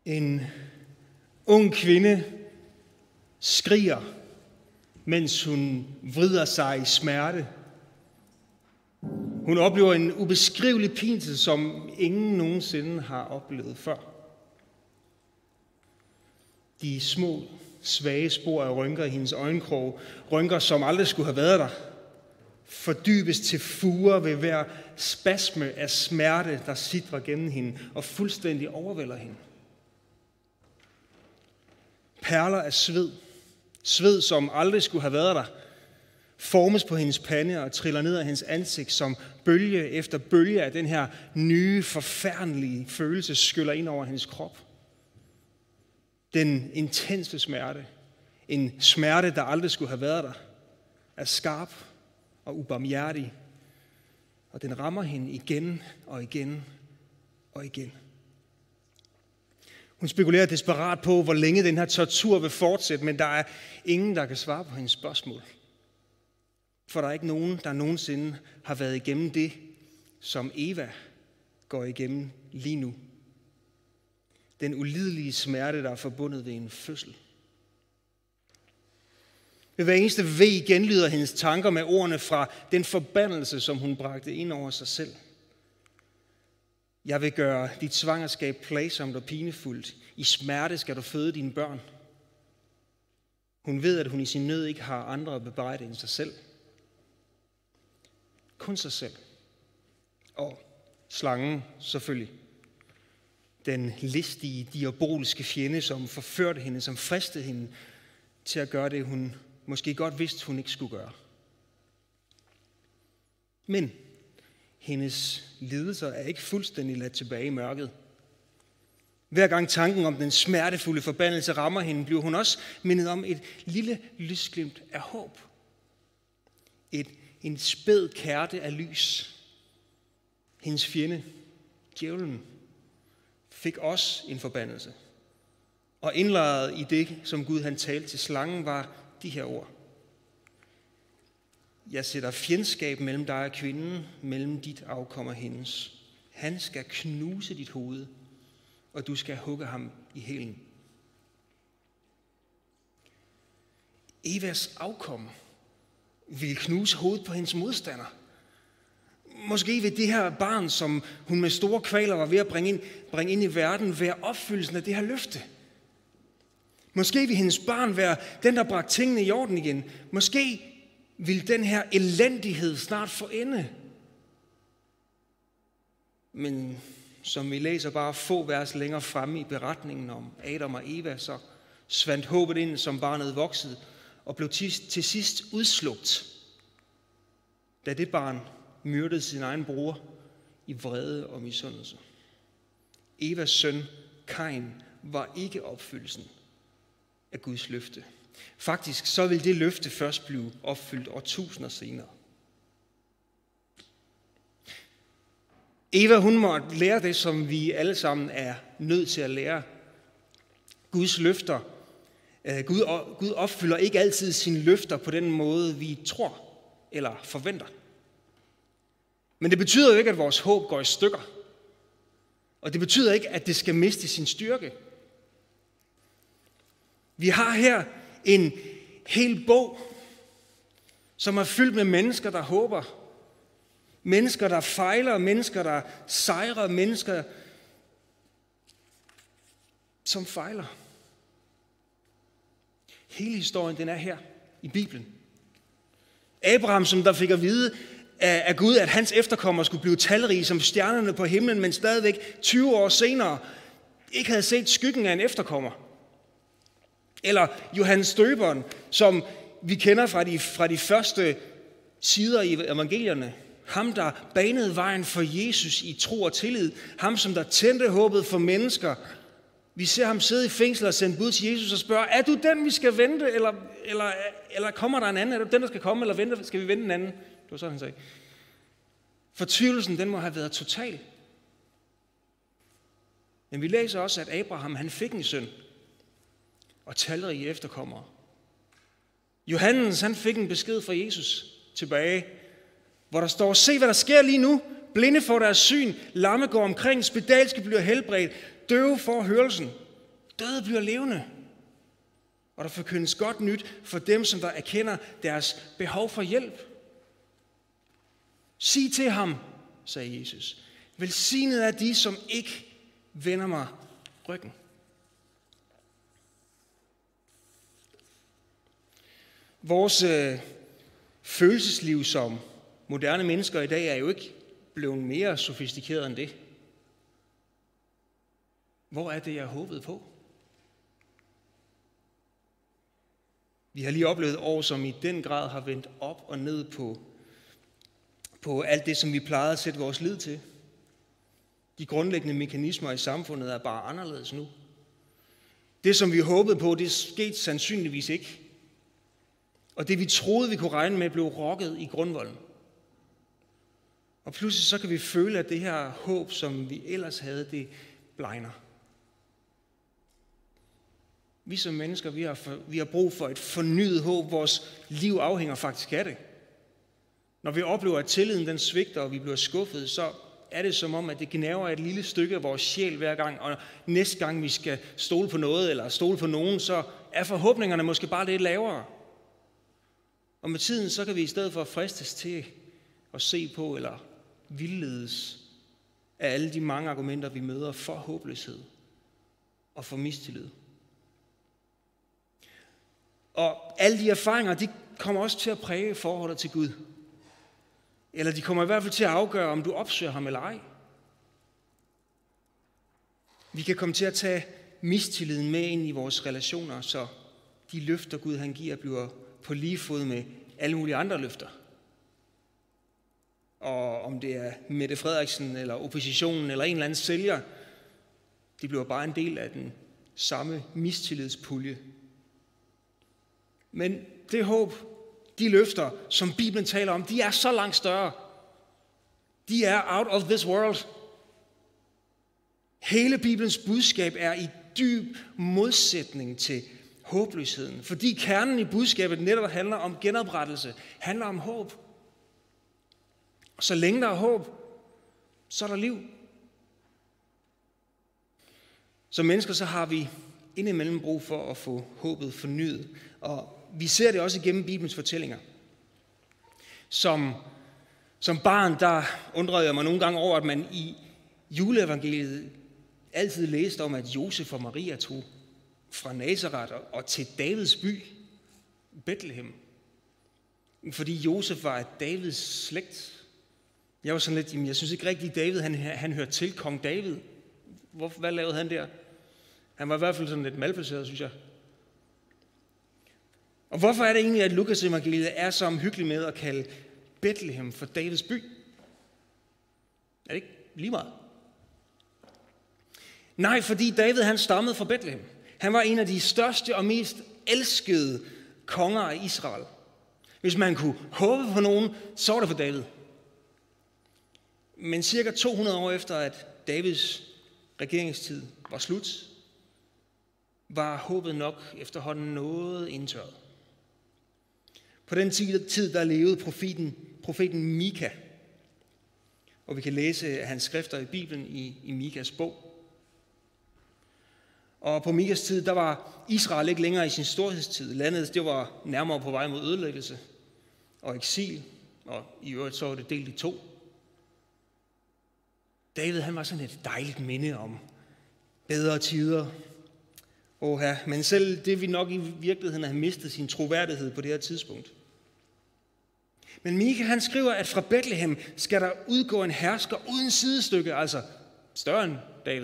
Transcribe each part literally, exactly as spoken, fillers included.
En ung kvinde skriger, mens hun vrider sig i smerte. Hun oplever en ubeskrivelig pinse, som ingen nogensinde har oplevet før. De små, svage spor af rynker i hendes øjenkrog, rynker, som aldrig skulle have været der, fordybes til fuger ved hver spasme af smerte, der sitrer gennem hende og fuldstændig overvælder hende. Perler af sved, sved, som aldrig skulle have været der, formes på hendes pande og triller ned af hendes ansigt, som bølge efter bølge af den her nye, forfærdelige følelse skyller ind over hendes krop. Den intense smerte, en smerte, der aldrig skulle have været der, er skarp og ubarmhjertig, og den rammer hende igen og igen og igen. Hun spekulerer desperat på, hvor længe den her tortur vil fortsætte, men der er ingen, der kan svare på hendes spørgsmål. For der er ikke nogen, der nogensinde har været igennem det, som Eva går igennem lige nu. Den ulidelige smerte, der er forbundet ved en fødsel. Ved hver eneste væg genlyder hendes tanker med ordene fra den forbandelse, som hun bragte ind over sig selv. Jeg vil gøre dit svangerskab plagsomt og pinefuldt. I smerte skal du føde dine børn. Hun ved, at hun i sin nød ikke har andre at bebrejde end sig selv. Kun sig selv. Og slangen selvfølgelig. Den listige, diabolske fjende, som forførte hende, som fristede hende til at gøre det, hun måske godt vidste, hun ikke skulle gøre. Men hendes lidelser er ikke fuldstændig ladt tilbage i mørket. Hver gang tanken om den smertefulde forbandelse rammer hende, bliver hun også mindet om et lille lysglimt af håb. Et, en spæd kærte af lys. Hendes fjende, djævlen, fik også en forbandelse. Og indlejret i det, som Gud han talte til slangen, var de her ord. Jeg sætter fjendskab mellem dig og kvinden, mellem dit afkom og hendes. Han skal knuse dit hoved, og du skal hugge ham i hælen. Evas afkom ville knuse hovedet på hendes modstander. Måske vil det her barn, som hun med store kvaler var ved at bringe ind, bringe ind i verden, være opfyldelsen af det her løfte. Måske vil hendes barn være den, der bragte tingene i orden igen. Måske vil den her elendighed snart få ende. Men som vi læser bare få vers længere fremme i beretningen om Adam og Eva, så svandt håbet ind, som barnet voksede, og blev til sidst udslugt, da det barn myrdede sin egen bror i vrede og misundelse. Evas søn, Kain, var ikke opfyldelsen af Guds løfte. Faktisk så vil det løfte først blive opfyldt årtusinder senere. Eva, hun måtte lære det, som vi alle sammen er nødt til at lære. Guds løfter. Gud, Gud opfylder ikke altid sine løfter på den måde, vi tror eller forventer. Men det betyder jo ikke, at vores håb går i stykker. Og det betyder ikke, at det skal miste sin styrke. Vi har her en hel bog, som er fyldt med mennesker, der håber. Mennesker, der fejler, mennesker, der sejrer, mennesker, som fejler. Hele historien, den er her i Bibelen. Abraham, som der fik at vide af Gud, at hans efterkommere skulle blive talrige som stjernerne på himlen, men stadigvæk tyve år senere ikke havde set skyggen af en efterkommer. Eller Johannes Døberen, som vi kender fra de, fra de første sider i evangelierne. Ham, der banede vejen for Jesus i tro og tillid. Ham, som der tændte håbet for mennesker. Vi ser ham sidde i fængsel og sende bud til Jesus og spørge, er du den, vi skal vente, eller, eller, eller kommer der en anden? Er du den, der skal komme, eller vente, skal vi vente en anden? Det var sådan, han sagde. Fortvivlelsen, den må have været total. Men vi læser også, at Abraham, han fik en søn, og talrige efterkommere. Johannes, han fik en besked fra Jesus tilbage, hvor der står, se hvad der sker lige nu. Blinde får deres syn, lamme går omkring, spedalske bliver helbredt, døve får hørelsen. Døde bliver levende. Og der forkyndes godt nyt for dem, som der erkender deres behov for hjælp. Sig til ham, sagde Jesus, velsignet er de, som ikke vender mig ryggen. Vores øh, følelsesliv som moderne mennesker i dag er jo ikke blevet mere sofistikeret end det. Hvor er det, jeg håbede på? Vi har lige oplevet år, som i den grad har vendt op og ned på, på alt det, som vi plejede at sætte vores lid til. De grundlæggende mekanismer i samfundet er bare anderledes nu. Det, som vi håbede på, det skete sandsynligvis ikke. Og det, vi troede, vi kunne regne med, blev rokket i grundvolden. Og pludselig så kan vi føle, at det her håb, som vi ellers havde, det blegner. Vi som mennesker, vi har, for, vi har brug for et fornyet håb. Vores liv afhænger faktisk af det. Når vi oplever, at tilliden den svigter, og vi bliver skuffet, så er det som om, at det gnaver et lille stykke af vores sjæl hver gang. Og næste gang vi skal stole på noget, eller stole på nogen, så er forhåbningerne måske bare lidt lavere. Og med tiden, så kan vi i stedet for fristes til at se på, eller vildledes af alle de mange argumenter, vi møder for håbløshed og for mistillid. Og alle de erfaringer, de kommer også til at præge forholdet til Gud. Eller de kommer i hvert fald til at afgøre, om du opsøger ham eller ej. Vi kan komme til at tage mistilliden med ind i vores relationer, så de løfter, Gud han giver, bliver på lige fod med alle mulige andre løfter. Og om det er Mette Frederiksen, eller oppositionen, eller en eller anden sælger, de bliver bare en del af den samme mistillidspulje. Men det håb, de løfter, som Bibelen taler om, de er så langt større. De er out of this world. Hele Bibelens budskab er i dyb modsætning til håbløsheden, fordi kernen i budskabet netop handler om genoprettelse, handler om håb. Så længe der er håb, så er der liv. Som mennesker så har vi indimellem brug for at få håbet fornyet, og vi ser det også igennem Bibelens fortællinger. Som, som barn, der undrede jeg mig nogle gange over, at man i juleevangeliet altid læste om, at Josef og Maria tog fra Nazareth og til Davids by, Bethlehem. Fordi Josef var af Davids slægt. Jeg var sådan lidt, jamen jeg synes ikke rigtigt, David han, han hørte til kong David. Hvor, hvad lavede han der? Han var i hvert fald sådan lidt malplaceret, synes jeg. Og hvorfor er det egentlig, at Lukas evangeliet er så omhyggelig med at kalde Bethlehem for Davids by? Er det ikke lige meget? Nej, fordi David han stammede fra Bethlehem. Han var en af de største og mest elskede konger af Israel. Hvis man kunne håbe på nogen, så var det for David. Men cirka to hundrede år efter, at Davids regeringstid var slut, var håbet nok efterhånden noget indtørret. På den tid, der levede profeten, profeten Mika. Og vi kan læse hans skrifter i Bibelen i, i Mikas bog. Og på Mikas tid, der var Israel ikke længere i sin storhedstid. Landet, det var nærmere på vej mod ødelæggelse og eksil. Og i øvrigt så var det delt i to. David, han var sådan et dejligt minde om bedre tider. Oha, men selv det vi nok i virkeligheden har mistet sin troværdighed på det her tidspunkt. Men Mika han skriver, at fra Bethlehem skal der udgå en hersker uden sidestykke, altså større end David.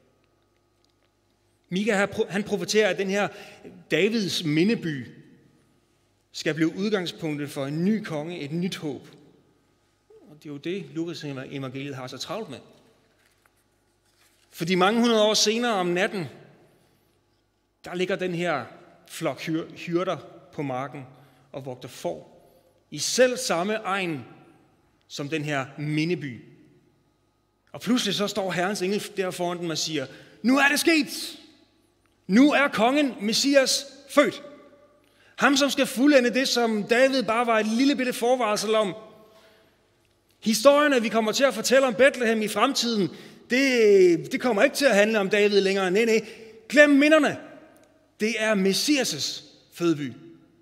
Mika han profeterer, at den her Davids mindeby skal blive udgangspunktet for en ny konge, et nyt håb. Og det er jo det, Lukas evangeliet har så travlt med. Fordi mange hundrede år senere om natten, der ligger den her flok hyrder på marken og vogter får. I selv samme egen som den her mindeby. Og pludselig så står Herrens engel der foran dem og siger, nu er det sket! Nu er kongen, Messias, født. Ham, som skal fuldende det, som David bare var et lille bitte forvarsel om. Historierne, vi kommer til at fortælle om Bethlehem i fremtiden, det, det kommer ikke til at handle om David længere. Nej, nej. Glem minderne. Det er Messias' fødeby.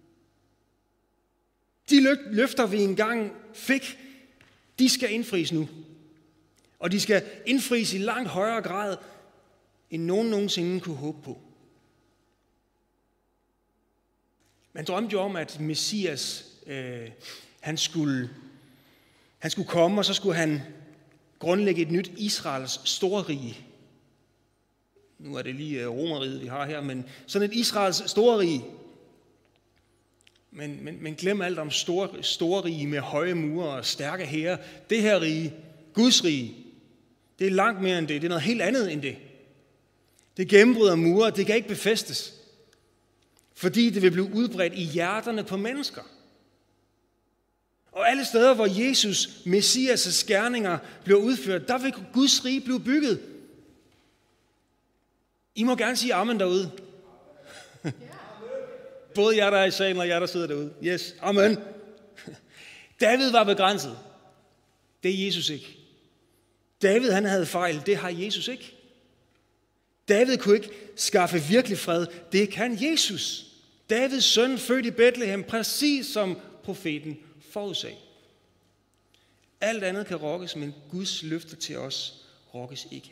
De løfter, vi engang fik, de skal indfries nu. Og de skal indfries i langt højere grad, end nogen nogensinde kunne håbe på. Man drømte jo om, at Messias, øh, han, skulle, han skulle komme, og så skulle han grundlægge et nyt Israels store rige. Nu er det lige Romeriget, vi har her, men sådan et Israels store rige. Men, men, men glem alt om store, store rige med høje mure og stærke hære. Det her rige, Guds rige, det er langt mere end det. Det er noget helt andet end det. Det gennembryder mure, det kan ikke befæstes. Fordi det vil blive udbredt i hjerterne på mennesker. Og alle steder, hvor Jesus, Messias' gerninger bliver udført, der vil Guds rige blive bygget. I må gerne sige amen derude. Både jer, der er i salen, og jer, der sidder derude. Yes, amen. David var begrænset. Det er Jesus ikke. David, han havde fejl. Det har Jesus ikke. David kunne ikke skaffe virkelig fred. Det kan Jesus. Davids søn, født i Bethlehem, præcis som profeten forudsag. Alt andet kan rokkes, men Guds løfter til os rokkes ikke.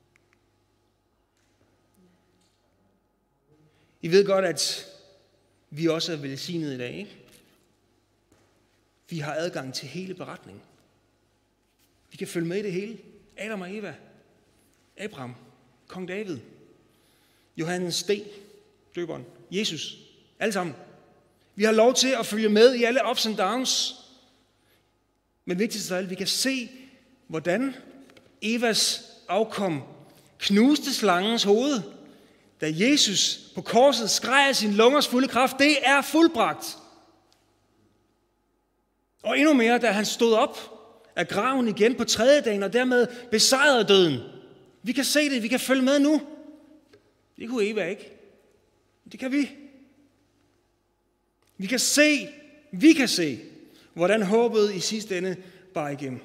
I ved godt, at vi også er velsignet i dag, ikke? Vi har adgang til hele beretningen. Vi kan følge med i det hele. Adam og Eva, Abraham, kong David, Johannes Sten, døberen, Jesus, alle sammen. Vi har lov til at følge med i alle ups and downs. Men vigtigst af alt, vi kan se, hvordan Evas afkom knuste slangens hoved, da Jesus på korset skreg af sin lungers fulde kraft. Det er fuldbragt. Og endnu mere, da han stod op af graven igen på tredje dagen, og dermed besejrede døden. Vi kan se det, vi kan følge med nu. Det kunne Eva ikke. Det kan vi. Vi kan se, vi kan se, hvordan håbet i sidste ende bar igennem.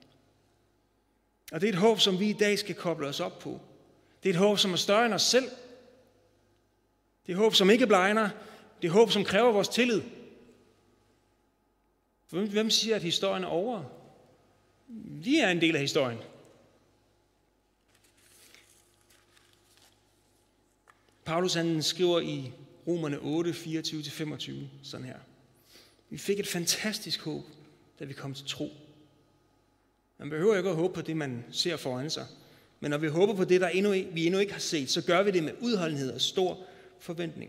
Og det er et håb, som vi i dag skal koble os op på. Det er et håb, som er større end os selv. Det er et håb, som ikke blegner. Det er et håb, som kræver vores tillid. Hvem siger, at historien er over? Vi er en del af historien. Paulus han skriver i Romerne otte, fireogtyve til femogtyve sådan her. Vi fik et fantastisk håb, da vi kom til tro. Man behøver ikke at håbe på det, man ser foran sig. Men når vi håber på det, der endnu, vi endnu ikke har set, så gør vi det med udholdenhed og stor forventning.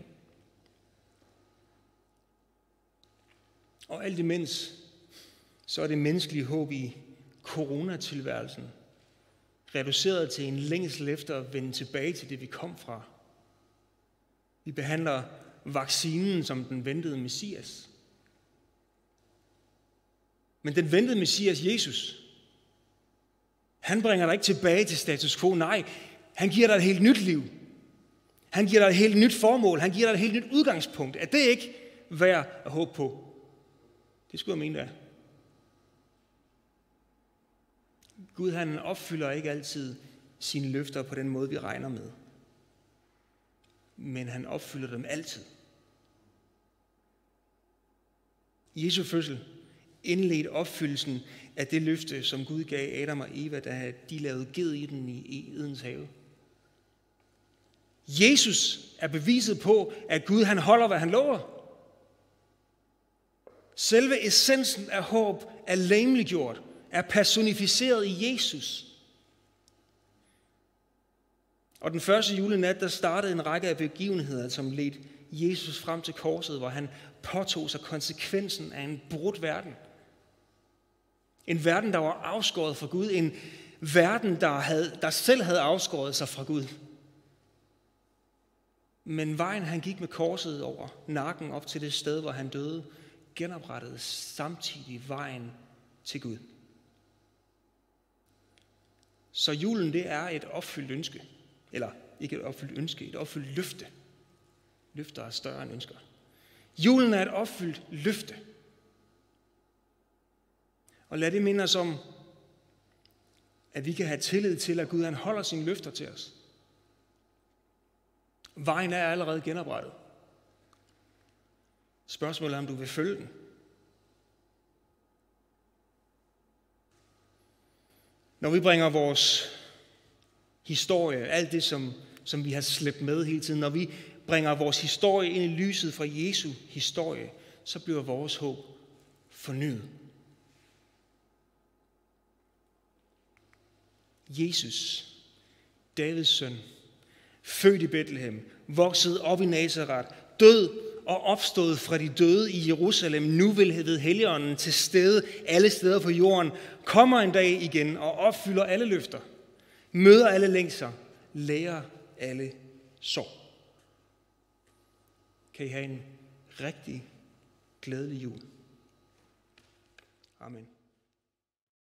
Og alt imens, så er det menneskelige håb i coronatilværelsen reduceret til en længsel efter at vende tilbage til det, vi kom fra. Vi behandler vaccinen som den ventede Messias. Men den ventede Messias, Jesus, han bringer dig ikke tilbage til status quo. Nej, han giver dig et helt nyt liv. Han giver dig et helt nyt formål. Han giver dig et helt nyt udgangspunkt. Er det ikke værd at håbe på? Det skulle jeg mene, det er. Gud, han opfylder ikke altid sine løfter på den måde, vi regner med. Men han opfylder dem altid. Jesu fødsel indledte opfyldelsen af det løfte, som Gud gav Adam og Eva, da de lavede ged i den i Edens have. Jesus er beviset på, at Gud han holder, hvad han lover. Selve essensen af håb er legemliggjort, er personificeret i Jesus. Og den første julenat, der startede en række af begivenheder, som ledte Jesus frem til korset, hvor han påtog sig konsekvensen af en brudt verden. En verden, der var afskåret fra Gud. En verden, der, havde, der selv havde afskåret sig fra Gud. Men vejen, han gik med korset over nakken op til det sted, hvor han døde, genoprettede samtidig vejen til Gud. Så julen, det er et opfyldt ønske. Eller ikke et opfyldt ønske, et opfyldt løfte. Løfter er større end ønsker. Julen er et opfyldt løfte. Og lad det minde os om, at vi kan have tillid til, at Gud han holder sine løfter til os. Vejen er allerede genoprettet. Spørgsmålet er, om du vil følge den. Når vi bringer vores historie, alt det, som, som vi har slæbt med hele tiden, når vi bringer vores historie ind i lyset fra Jesu historie, så bliver vores håb fornyet. Jesus, Davids søn, født i Bethlehem, vokset op i Nazaret, død og opstået fra de døde i Jerusalem, nu vil ved Helligånden til stede alle steder på jorden, kommer en dag igen og opfylder alle løfter, møder alle længsler, lærer alle sorg. Kan I have en rigtig glædelig jul. Amen.